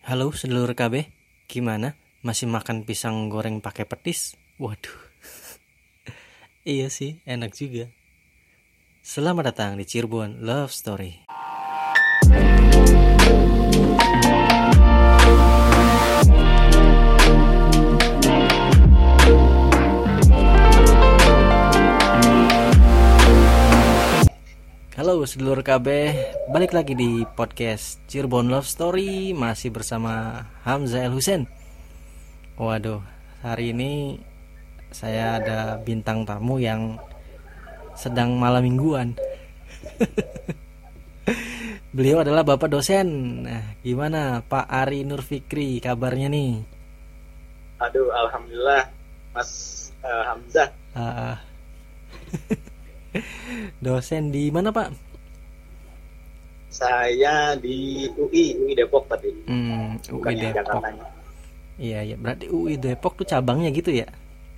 Halo sedulur KB, gimana? Masih makan pisang goreng pakai petis? Waduh, iya sih, enak juga. Selamat datang di Cirebon Love Story. Halo sedulur KB, balik lagi di podcast Cirebon Love Story. Masih bersama Hamzah El Hussein. Waduh, hari ini saya ada bintang tamu yang sedang malam mingguan. Beliau adalah Bapak dosen. Nah, gimana Pak Ari Nur Fikri kabarnya nih? Aduh, alhamdulillah Mas Hamzah. Dosen di mana Pak? Saya di UI Depok tadi. UI Depok. Iya, berarti UI Depok tuh cabangnya gitu ya?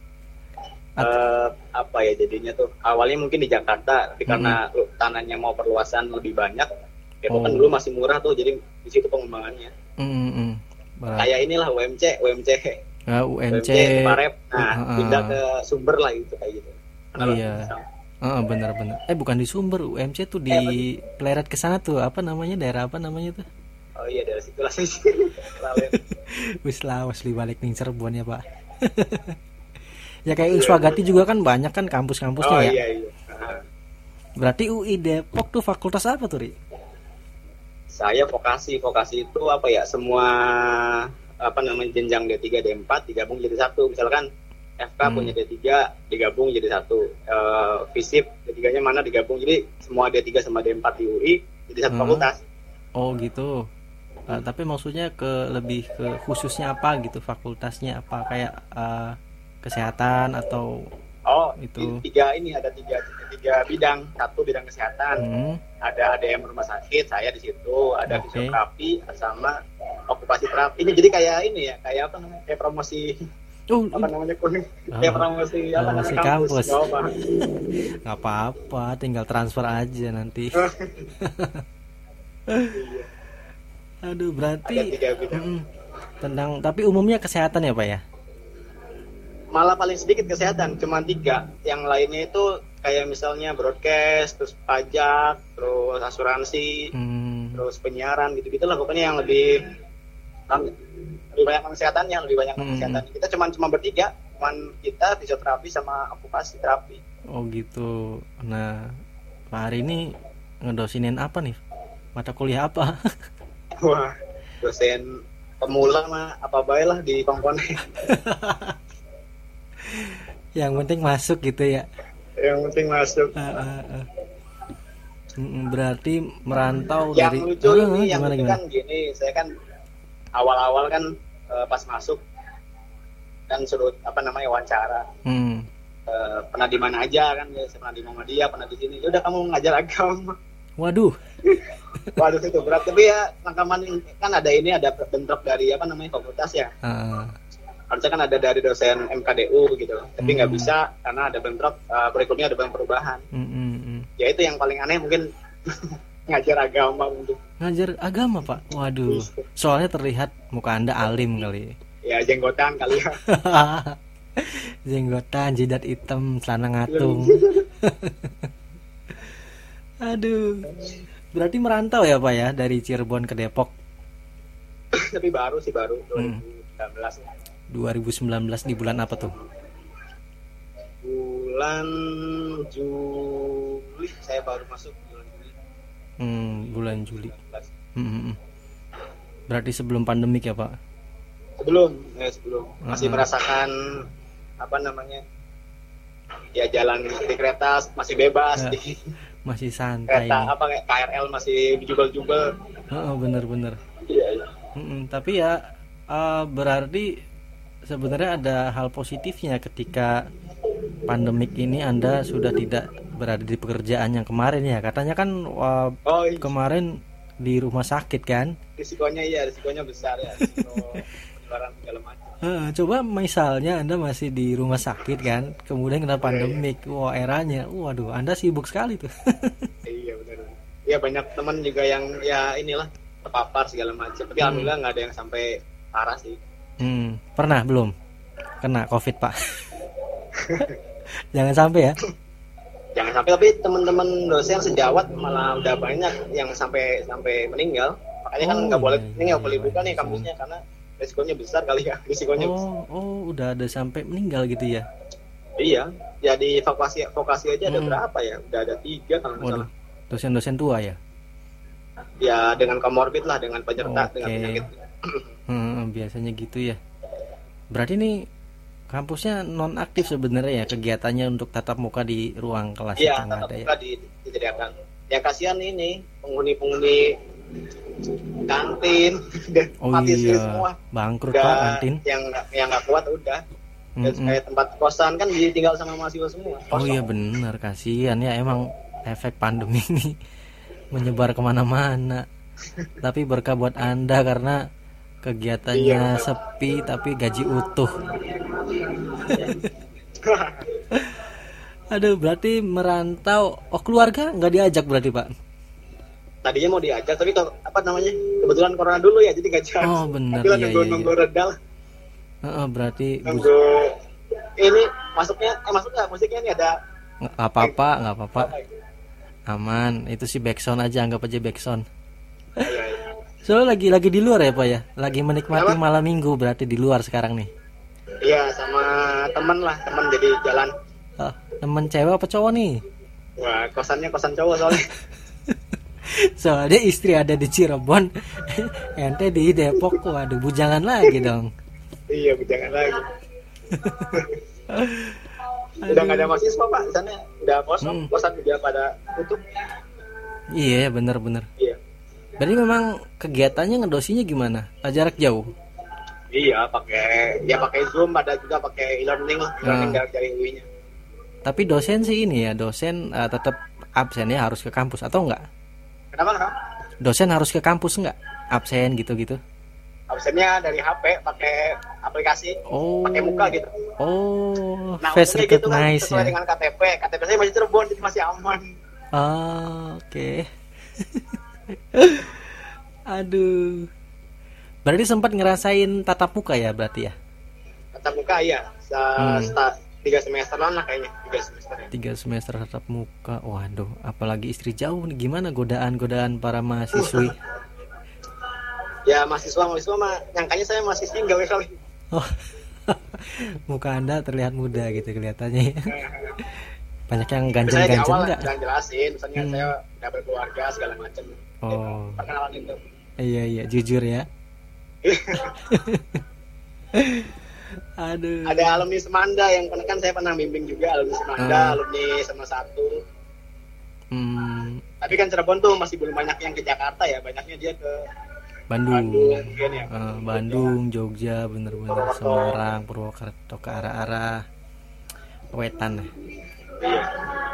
Apa ya jadinya tuh? Awalnya mungkin di Jakarta, tapi karena tanahnya mau perluasan lebih banyak, Depok kan dulu masih murah tuh, jadi di situ pengembangannya. Kayak inilah UMC. UMC Parep. Nah, pindah ke Sumber lah gitu kayak gitu. Iya. Benar-benar. Bukan di Sumber, UMC tuh di Pleret ke sana tuh, apa namanya? Daerah apa namanya tuh? Oh iya, daerah situ lah sih. Wis li balik ning Cirebon ya, Pak. Ya kayak Unswagati juga kan banyak kan kampus-kampusnya ya. Iya. Berarti UI Depok tuh fakultas apa tuh, Ri? Saya vokasi itu apa ya? Semua jenjang D3, D4 digabung jadi satu. Misalkan FK punya D3 digabung jadi satu, FISIP D3-nya mana digabung, jadi semua D3 sama D4 di UI jadi satu fakultas. Oh gitu. Tapi maksudnya lebih ke khususnya apa gitu, fakultasnya apa, kayak kesehatan atau itu? Ada tiga bidang. Satu bidang kesehatan, ada ADM rumah sakit, saya di situ, ada fisioterapi sama okupasi terapi. Ini jadi kayak ini ya, kayak apa namanya, kayak promosi. Kayak promosi kampus. Nggak apa-apa, tinggal transfer aja nanti. Aduh, berarti tentang, tapi umumnya kesehatan ya Pak ya? Malah paling sedikit kesehatan, cuma 3. Yang lainnya itu kayak misalnya broadcast, terus pajak, terus asuransi, terus penyiaran, gitu-gitu lah pokoknya yang lebih banyak kesehatannya, kesehatan. Kita cuma bertiga, kita fisioterapi sama okupasi terapi. Oh gitu. Nah, Pak Hari ini ngedosinin apa nih? Mata kuliah apa? Wah, dosen pemula mah apa baik lah di komponen. Yang penting masuk gitu ya. Yang penting masuk. Berarti merantau yang dari. Lucu ini, yang lucu kan gini, saya kan awal-awal kan pas masuk kan suruh wawancara. Pernah di mana aja kan, ya, saya pernah di Muhammadiyah, pernah di sini. Ya udah, kamu ngajar agama. Waduh itu berat, tapi ya langkaman kan ada bentrok dari fakultas ya. Harusnya kan ada dari dosen MKDU gitu, tapi nggak bisa karena ada bentrok, kurikulumnya ada perubahan. Ya itu yang paling aneh mungkin. Ngajar agama Pak. Waduh, soalnya terlihat muka Anda alim kali. Ya jenggotan kali ya. Jenggotan, jidat hitam, celana ngatung. Aduh, berarti merantau ya Pak ya, dari Cirebon ke Depok. Tapi baru 2019. 2019 di bulan apa tuh? Bulan Juli saya baru masuk. Bulan Juli. Berarti sebelum pandemik ya Pak? Sebelum. Masih merasakan ya jalan di kereta masih bebas, masih santai. Kereta kayak KRL masih jubel-jubel. Bener. Iya. Tapi ya berarti sebenarnya ada hal positifnya ketika pandemik ini Anda sudah tidak berada di pekerjaan yang kemarin ya. Katanya kan kemarin di rumah sakit kan? Risikonya besar ya. Risiko penularan segala macam. Coba misalnya Anda masih di rumah sakit kan, kemudian kena pandemik. Wah, eranya. Waduh, Anda sibuk sekali tuh. Iya benar. Ya banyak teman juga yang ya inilah terpapar segala macam. Tapi alhamdulillah nggak ada yang sampai parah sih. Pernah belum kena COVID, Pak? Jangan sampai ya. Jangan sampai, tapi teman-teman dosen sejawat malah udah banyak yang sampai meninggal. Makanya kan nggak boleh ini nggak boleh buka nih kampusnya karena risikonya besar kali ya. Risikonya besar. Udah ada sampai meninggal gitu ya. Iya, jadi vokasi aja ada berapa ya? Udah ada 3 kalau nggak salah. Dosen-dosen tua ya? Ya dengan komorbid lah, dengan penyerta, dengan penyakit. Biasanya gitu ya. Berarti nih kampusnya non aktif sebenarnya ya, kegiatannya untuk tatap muka di ruang kelas itu nggak ada ya? Iya, disediakan. Ya kasihan ini penghuni kantin mati semua. Bangkrut Pak kantin. Yang nggak kuat udah. Dan kayak tempat kosan kan ditinggal sama mahasiswa semua. Oh iya benar, kasihan ya, emang efek pandemi ini menyebar kemana-mana. Tapi berkah buat Anda karena kegiatannya sepi tapi gaji utuh. Aduh, berarti merantau. Keluarga nggak diajak berarti Pak? Tadinya mau diajak tapi kebetulan corona dulu ya, jadi nggak jadi. Oh benar. Tapi nunggu reda lah. Berarti ini masuknya musiknya ini ada nggak apa-apa. Aman, itu sih backsound aja, anggap aja backsound. Soalnya lagi di luar ya Pak ya, lagi menikmati malam minggu berarti di luar sekarang nih. Iya, sama teman jadi jalan. Temen cewek apa cowok nih? Wah, kosannya kosan cowok soalnya. Soalnya istri ada di Cirebon, ente di Depok, waduh bujangan lagi dong. Iya, bujangan lagi. Udah nggak ada mahasiswa Pak di sana, udah kosong, kosan juga pada tutup. Iya bener. Iya. Berarti memang kegiatannya ngedosinya gimana? Jarak jauh? Iya, pakai Zoom, ada juga pakai e-learning lah, e-learning dari UI-nya. Tapi dosen sih ini ya, dosen tetap absennya harus ke kampus atau enggak? Kenapa? Dosen harus ke kampus enggak? Absen gitu-gitu? Absennya dari HP, pakai aplikasi, pakai muka gitu. Nah, face recognize gitu kan, sesuai dengan KTP saya masih Cirebon, jadi masih aman. Oke. Aduh. Berarti sempat ngerasain tatap muka ya berarti ya? Tatap muka iya. 3 semesteran lah kayaknya, 3 semester. 3 semester tatap muka. Waduh, apalagi istri jauh nih, gimana godaan para mahasiswi? Ya mahasiswa mah nyangkanya saya masih single kali. Muka Anda terlihat muda gitu kelihatannya. Banyak yang ganjel enggak? Saya jelasin, misalnya saya udah berkeluarga segala macam. Perkenalan itu. Iya, jujur ya. Aduh. Ada alumni Semanda yang kan saya pernah bimbing juga, alumni Semanda, alumni sama 1. Tapi kan Cirebon tuh masih belum banyak yang ke Jakarta ya, banyaknya dia ke Bandung ya. Bandung, Jogja, bener-bener Semarang, Purwokerto ke arah-arah wetan. Iya.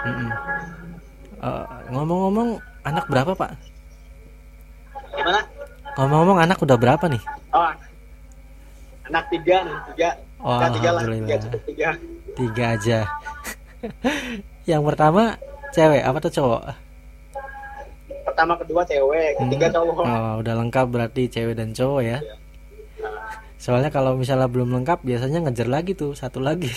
Ngomong-ngomong, anak berapa Pak? Gimana? Ngomong-ngomong, anak udah berapa nih? Anak 3 nih, 3. Alhamdulillah. 3 aja. Yang pertama cewek apa tuh cowok? Pertama, kedua cewek, ketiga cowok. Udah lengkap berarti cewek dan cowok ya. Soalnya kalau misalnya belum lengkap biasanya ngejar lagi tuh satu lagi.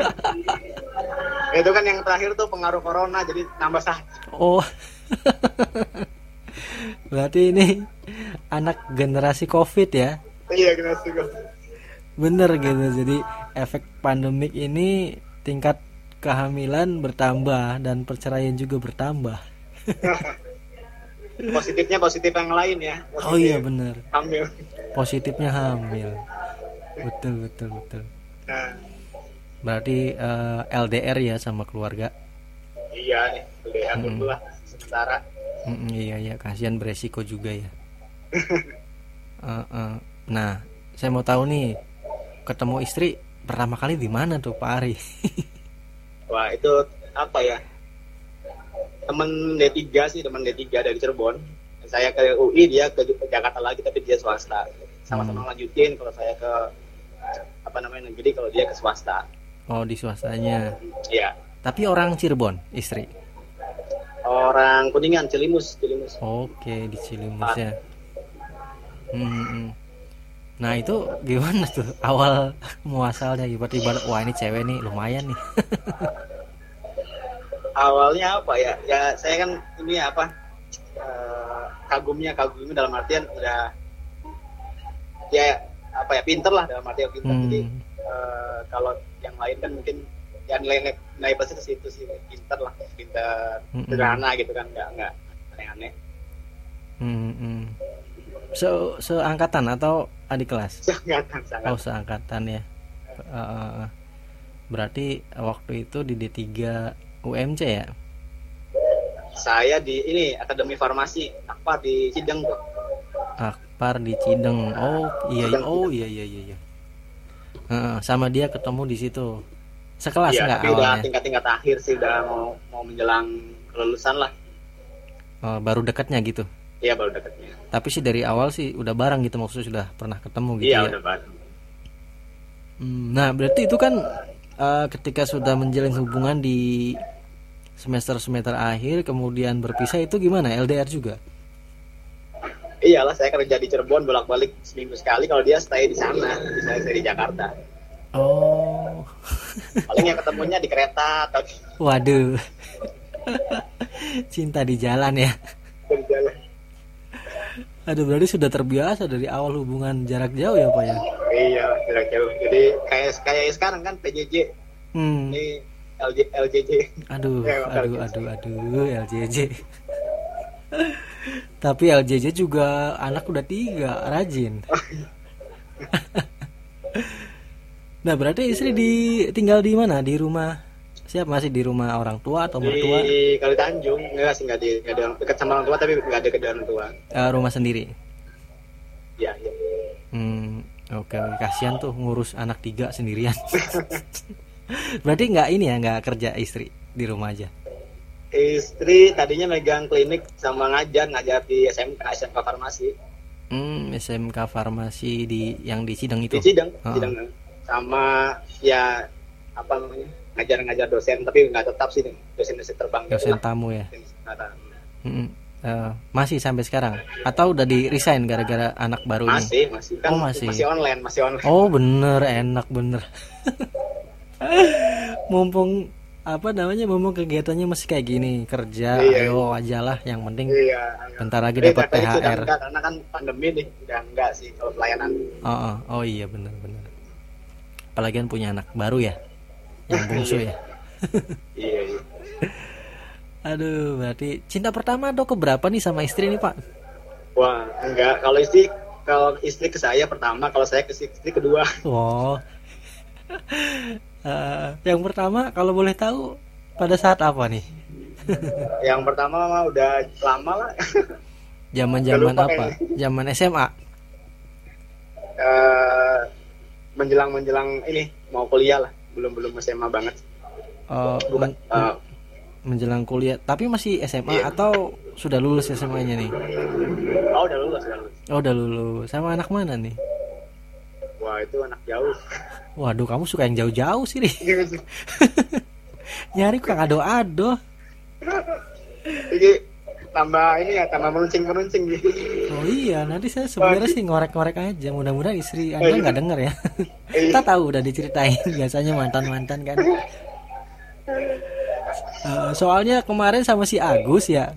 Itu kan yang terakhir tuh pengaruh corona, jadi nambah 1. Berarti ini anak generasi COVID ya? Iya, generasi COVID. Bener gitu, jadi efek pandemik ini tingkat kehamilan bertambah dan perceraian juga bertambah. Positifnya positif yang lain ya. Oh iya bener. Hamil. Positifnya hamil. Betul. Berarti LDR ya sama keluarga. Iya nih, LDR dulu lah sementara. Iya, kasihan beresiko juga ya. Nah, saya mau tahu nih, ketemu istri pertama kali di mana tuh Pak Ari? Wah, itu apa ya? Temen D3 dari Cirebon. Saya ke UI, dia ke Jakarta lagi, tapi dia swasta. Sama-sama lanjutin. Kalau saya ke negeri, kalau dia ke swasta. Oh, di swastanya. Iya. Tapi orang Cirebon, istri. Orang Kuningan, Cilimus. Oke, di Cilimus ya. Hmm. Nah itu gimana tuh awal muasalnya tiba-tiba wah ini cewek nih lumayan nih. Awalnya apa ya? Ya saya kan ini apa? Kagumnya dalam artian udah ya apa ya, pinter lah, dalam artian pinter. Jadi kalau yang lain kan mungkin yang nilai plus itu situ sih, pinter lah, pinter sederhana gitu kan, nggak aneh-aneh. Seangkatan atau adik kelas? Seangkatan. Oh seangkatan ya. Berarti waktu itu di D3 UMC ya? Saya di ini Akademi Farmasi apa di Cideng tuh. Akpar di Cideng. Oh iya. Sama dia ketemu di situ. Sekelas iya, nggak tapi awalnya? udah tingkat akhir sih, udah mau menjelang kelulusan lah. Baru dekatnya gitu. Iya baru dekatnya. Tapi sih dari awal sih udah bareng gitu, maksudnya sudah pernah ketemu gitu iya, ya. Iya udah bareng. Nah berarti itu kan ketika sudah menjalin hubungan di semester akhir kemudian berpisah, itu gimana? LDR juga? Iyalah, saya kerja di Cirebon bolak-balik seminggu sekali, kalau dia stay di sana, saya di Jakarta. Oh. Paling yang ketemunya di kereta atau Waduh. Cinta di jalan ya. di jalan. Aduh, berarti sudah terbiasa dari awal hubungan jarak jauh ya Pak ya? Iya, jarak jauh. Jadi kayak sekarang kan PJJ. Ini LJJ. Aduh, LJJ. Tapi LJJ juga anak udah 3, rajin. Nah, berarti istri tinggal di mana? Di rumah siapa? Masih di rumah orang tua atau mertua? Di Kali Tanjung. Enggak sih, enggak dekat sama orang tua, tapi enggak dekat dengan orang tua. Rumah sendiri. Iya. Oke. Kasihan tuh ngurus anak 3 sendirian. Berarti nggak kerja istri di rumah aja? Istri tadinya megang klinik sama ngajar di SMK Farmasi. SMK Farmasi yang di Cideng itu? Di Cideng. Sama ya apa namanya, ngajar dosen, tapi nggak tetap sih, dosen terbang. Dosen tamu ya? Masih sampai sekarang? Atau udah di resign gara-gara anak baru ini? Masih kan. Masih online. Oh bener, enak bener. mumpung kegiatannya masih kayak gini, kerja ayo aja lah, yang penting bentar lagi dapat THR. Karena kan pandemi nih, udah enggak sih kalau pelayanan. Oh iya benar. Apalagi kan punya anak baru ya, yang bungsu ya. Iya. Aduh, berarti cinta pertama atau keberapa nih sama istri nih Pak? Wah enggak, kalau istri ke saya pertama, kalau saya ke istri kedua. Wow. Yang pertama kalau boleh tahu pada saat apa nih? Yang pertama mah udah lama lah. Zaman apa? Zaman SMA. Menjelang ini mau kuliah lah, belum SMA banget. Menjelang kuliah, tapi masih SMA atau sudah lulus SMA-nya nih? Oh udah lulus. Oh udah lulus. Sama anak mana nih? Wah itu anak jauh. Waduh, kamu suka yang jauh-jauh sih nih. Nyari kok ado-ado. Jadi tambah meruncing gitu. Oh iya, nanti saya sebenarnya sih ngorek-ngorek aja. Mudah-mudahan istri Anda nggak denger ya. Kita tahu udah diceritain biasanya mantan-mantan kan. Soalnya kemarin sama si Agus ya.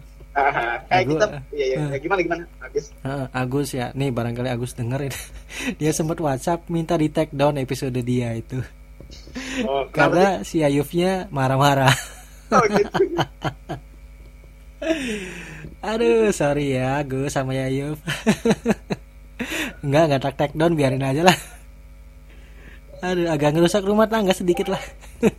Gimana Agus ya. Nih barangkali Agus dengerin. Dia sempat WhatsApp minta di take down episode dia itu. Karena si Ayufnya marah-marah. Oh gitu. Aduh, sorry ya Agus sama Ayuf. Enggak take down, biarin aja lah. Aduh, agak ngerusak rumah tangga sedikit lah.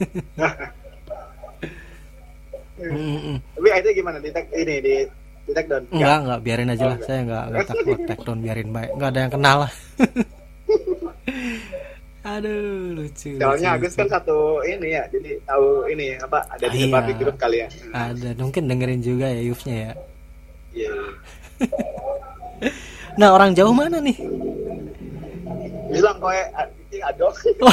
Tapi itu gimana di take down? Enggak, biarin aja lah. Saya enggak takut take down, biarin baik. Enggak ada yang kenal lah. Aduh, lucu. Soalnya Agus kan satu ini ya, jadi tahu ini apa ada di public group kali ya. Ada, mungkin dengerin juga ya Yufnya ya. Iya. Nah, orang jauh mana nih? Bilang kowe aduh.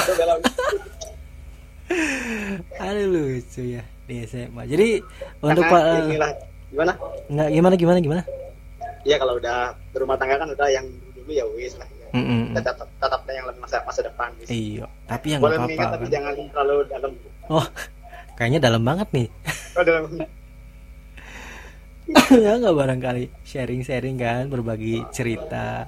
Aduh, lucu ya di SMA. Jadi untuk inilah gimana? Enggak, gimana? Iya, kalau udah berumah tangga kan udah yang dulu dulu ya wis lah ya. Mm-mm. Tetap yang lebih masa depan wis. Iya, tapi ya Boleh nggak mengingat apa-apa tapi kan. jangan terlalu dalam. Oh, kayaknya dalam banget nih. Oh, dalam. Ya nggak, barangkali sharing-sharing kan, berbagi cerita.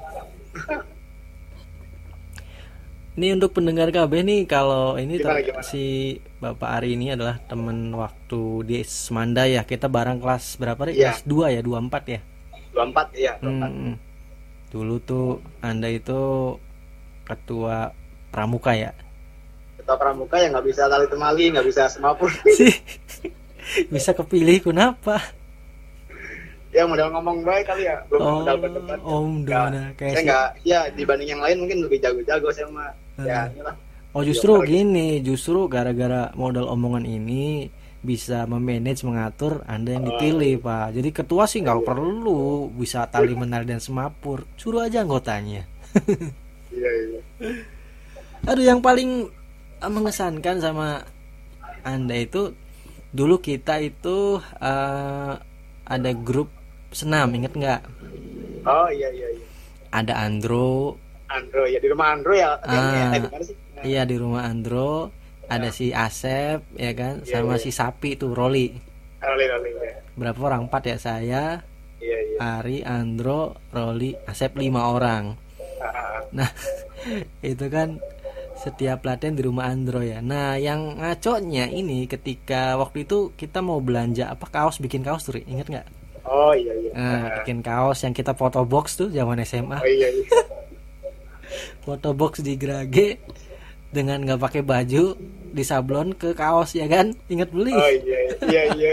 Ini untuk pendengar KB nih, kalau ini Gimana? si Bapak Ari ini adalah temen waktu di Semanda ya. Kita bareng kelas berapa nih? Iya. Kelas 2 ya, 24 ya. 24 ya, 24. Dulu tuh Anda itu ketua pramuka ya. Ketua pramuka yang nggak bisa tali temali, nggak bisa semapur. Sih. Bisa kepilih kenapa? Ya modal ngomong baik kali ya, belum modal berdebat. Udah kayak saya nggak, ya dibanding yang lain mungkin lebih jago-jago saya mah. Ya inilah. Oh justru gini, justru gara-gara modal omongan ini bisa memanage, mengatur Anda yang dipilih Pak. Jadi ketua sih nggak perlu bisa tali menari dan semapur, suruh aja anggotanya. Iya. Aduh, yang paling mengesankan sama Anda itu dulu kita itu ada grup senam, inget nggak? Oh iya. Ada Andro Ya di rumah Andro ya. Di mana sih? Iya, di rumah Andro. Ada si Asep ya kan, sama si Sapi tuh, Roli. Roli ya. Berapa orang? 4 ya, saya, Iya. Ari, Andro, Roli, Asep, 5 orang. Nah, itu kan setiap latihan di rumah Andro ya. Nah, yang ngaconya ini ketika waktu itu kita mau belanja kaos, bikin kaos tuh, inget nggak? Oh iya. Nah, bikin kaos yang kita foto box tuh zaman SMA. Oh iya. Foto box di Grage dengan nggak pakai baju, disablon ke kaos ya kan, inget beli? Oh iya.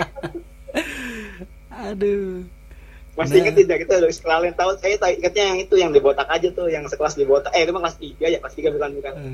Aduh, masih inget tidak kita udah sekalian tahu, saya ingatnya yang itu yang di botak aja tuh, yang sekelas di botak. Itu mah kelas 3 ya, kelas 3 bukan.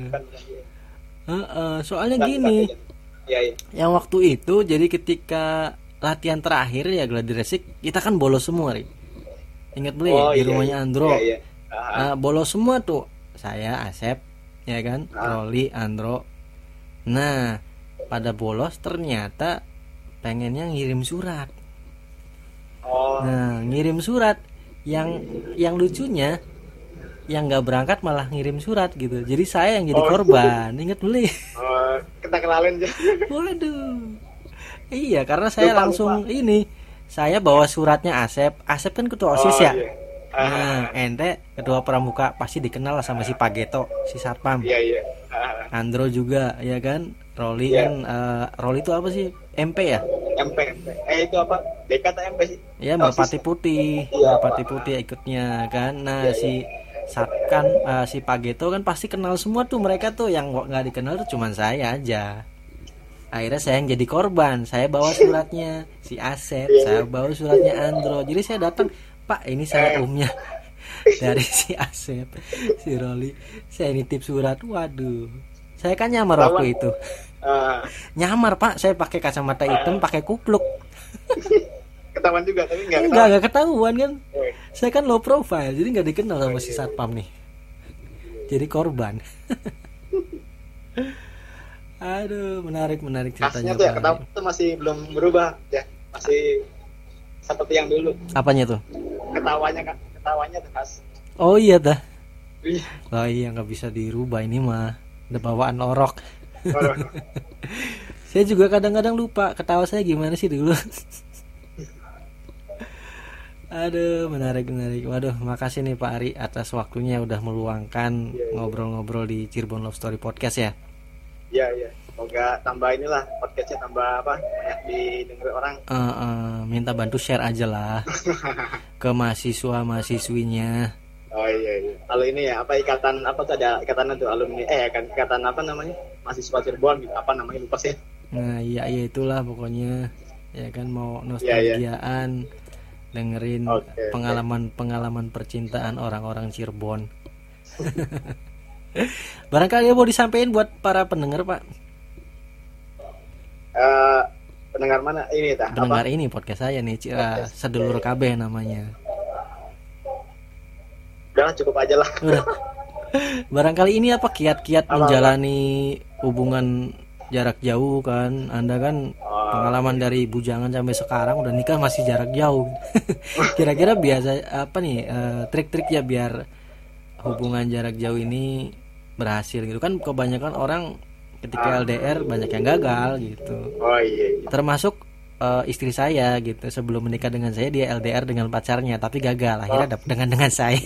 Soalnya Bukan, gini, Iya. yang waktu itu jadi ketika latihan terakhir ya gladi resik, kita kan bolos semua, Ri. Ingat beli di rumahnya Andro. Iya. Bolos semua tuh, saya, Asep, ya kan, Roli, Andro. Nah, pada bolos ternyata pengennya ngirim surat. Nah, ngirim surat, yang lucunya yang nggak berangkat malah ngirim surat gitu. Jadi saya yang jadi korban. Ingat beli? Kita kenalin aja. Waduh. Iya, karena saya lupa. Saya bawa suratnya Asep. Asep kan ketua OSIS ya. Iya. Nah, ente ketua pramuka, pasti dikenal lah sama si Pageto, si Satpam. Iya. Andro juga, ya kan. Roli kan, Roli itu apa sih? MP ya? MP. Itu apa? DK atau MP sih? Ya, Merpati Putih. Merpati Putih ikutnya kan. Nah, si Satkan, si Pageto kan pasti kenal semua tuh mereka tuh. Yang nggak dikenal tuh cuman saya aja. Akhirnya saya yang jadi korban. Saya bawa suratnya si Asep, saya bawa suratnya Andro. Jadi saya datang, Pak, ini saya umnya dari si Asep, si Roli. Saya nitip surat. Waduh, saya kan nyamar waktu itu. Nyamar Pak, saya pakai kacamata hitam, pakai kupluk. Ketahuan juga tapi nggak ketahuan kan. Saya kan low profile, jadi nggak dikenal sama si Satpam nih. Jadi korban. Aduh, menarik ceritanya. Khasnya tuh ya, ketawa tuh masih belum berubah ya, masih seperti yang dulu. Apanya tuh? Ketawanya tuh khas. Oh iya dah. Oh iya, nggak bisa dirubah ini mah. Udah bawaan orok. Saya juga kadang-kadang lupa ketawa saya gimana sih dulu. Aduh, menarik. Waduh, makasih nih Pak Ari atas waktunya udah meluangkan ngobrol-ngobrol di Cirebon Love Story Podcast ya. Iya. Semoga tambah inilah podcastnya tambah banyak didengar orang. Minta bantu share aja lah ke mahasiswinya. Oh iya. Kalau ini ya ikatan tuh ada ikatan tuh alumni ikatan apa namanya? Mahasiswa Cirebon gitu. Apa namanya lupa sih. Nah, iya itulah pokoknya. Ya kan mau nostalgiaan dengerin pengalaman percintaan orang-orang Cirebon. Barangkali mau disampaikan buat para pendengar, Pak. Pendengar mana ini tah? Pendengar ini podcast saya nih, Sedulur KB namanya. Udah cukup aja lah. Barangkali ini kiat-kiat menjalani hubungan jarak jauh kan. Anda kan pengalaman dari bujangan sampai sekarang udah nikah masih jarak jauh. Kira-kira biasa apa nih trik-trik ya biar hubungan jarak jauh ini berhasil gitu kan. Kebanyakan orang ketika LDR banyak yang gagal gitu. Oh iya. Termasuk istri saya gitu, sebelum menikah dengan saya dia LDR dengan pacarnya tapi gagal, akhirnya dapet dengan saya.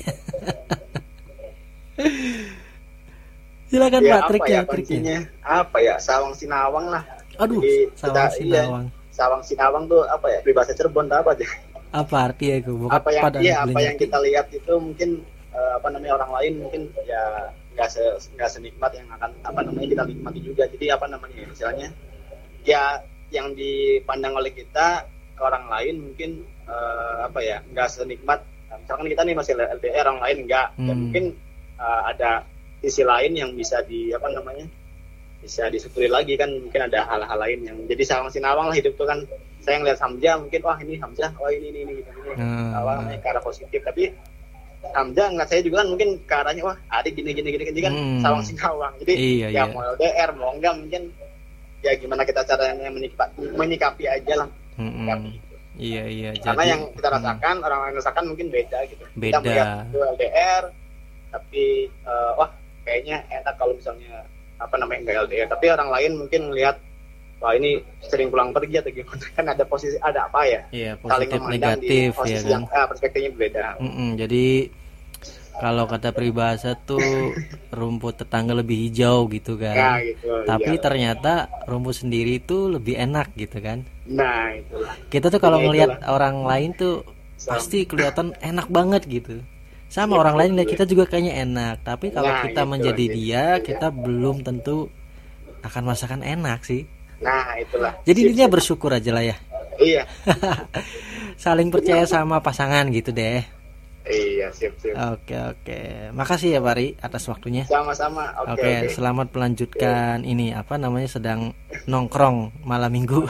Silakan Ya, Pak, apa triknya. ya kuncinya? Apa ya? Sawang sinawang lah. Aduh, Jadi sawang kita- sinawang. Sawang sinawang tuh apa ya? Peribahasa Cirebon tuh apa aja? Apa artinya itu? Bukan Apa yang pada apa belinya. yang kita lihat itu mungkin apa namanya orang lain mungkin ya nggak senikmat yang akan apa namanya kita nikmati juga. Jadi apa namanya ya, misalnya ya yang dipandang oleh kita ke orang lain mungkin apa ya nggak senikmat. Nah, misalkan kita nih masih LDR, orang lain enggak. Dan mungkin ada sisi lain yang bisa apa namanya bisa disyukuri lagi kan, mungkin ada hal-hal lain yang jadi sawang sinawang lah hidup tuh kan. Saya ngeliat Hamzah mungkin wah ini Hamzah, wah ini gitu. Apa namanya ke arah positif, tapi Hamzah ngeliat saya juga kan mungkin ke arahnya wah adik gini kan sawang sinawang. Jadi Iya. mau LDR mau enggak mungkin ya gimana kita caranya menyikapi aja lah. Iya. Karena Jadi, yang kita rasakan orang lain rasakan mungkin beda gitu. Beda. Kita melihat itu LDR tapi wah kayaknya enak kalau misalnya apa namanya enggak LDR, tapi orang lain mungkin melihat wah ini sering pulang pergi atau gimana kan ada posisi ada apa ya? Iya, Saling positif memandang di negatif ya posisi kan. yang perspektifnya berbeda. Jadi kalau kata peribahasa tuh rumput tetangga lebih hijau gitu kan. Nah, gitu. Tapi iya. ternyata rumput sendiri tuh lebih enak gitu kan. Nah, itulah. Kita tuh kalau Iya, ngelihat itulah. orang lain tuh pasti kelihatan enak banget gitu. Sama Iya, orang lain lihat betul. kita juga kayaknya enak. Tapi kalau Nah, kita gitu, menjadi gitu. dia, kita belum tentu akan merasakan enak sih. Nah, itulah. Jadi Sip, intinya sip. bersyukur aja lah ya. Iya. Saling percaya sama pasangan gitu deh. Iya, sip. Oke. Makasih ya Pak Ri atas waktunya. Sama-sama. Oke, selamat melanjutkan ini apa namanya sedang nongkrong malam minggu.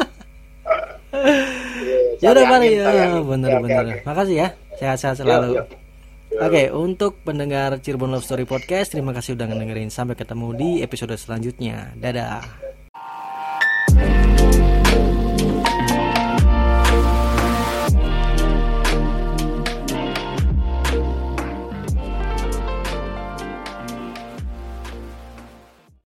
Ya udah Pak Ri, bener. Makasih ya. Sehat-sehat selalu. Yuk. Oke, untuk pendengar Cirebon Love Story Podcast, terima kasih udah ngedengerin. Sampai ketemu di episode selanjutnya. Dadah.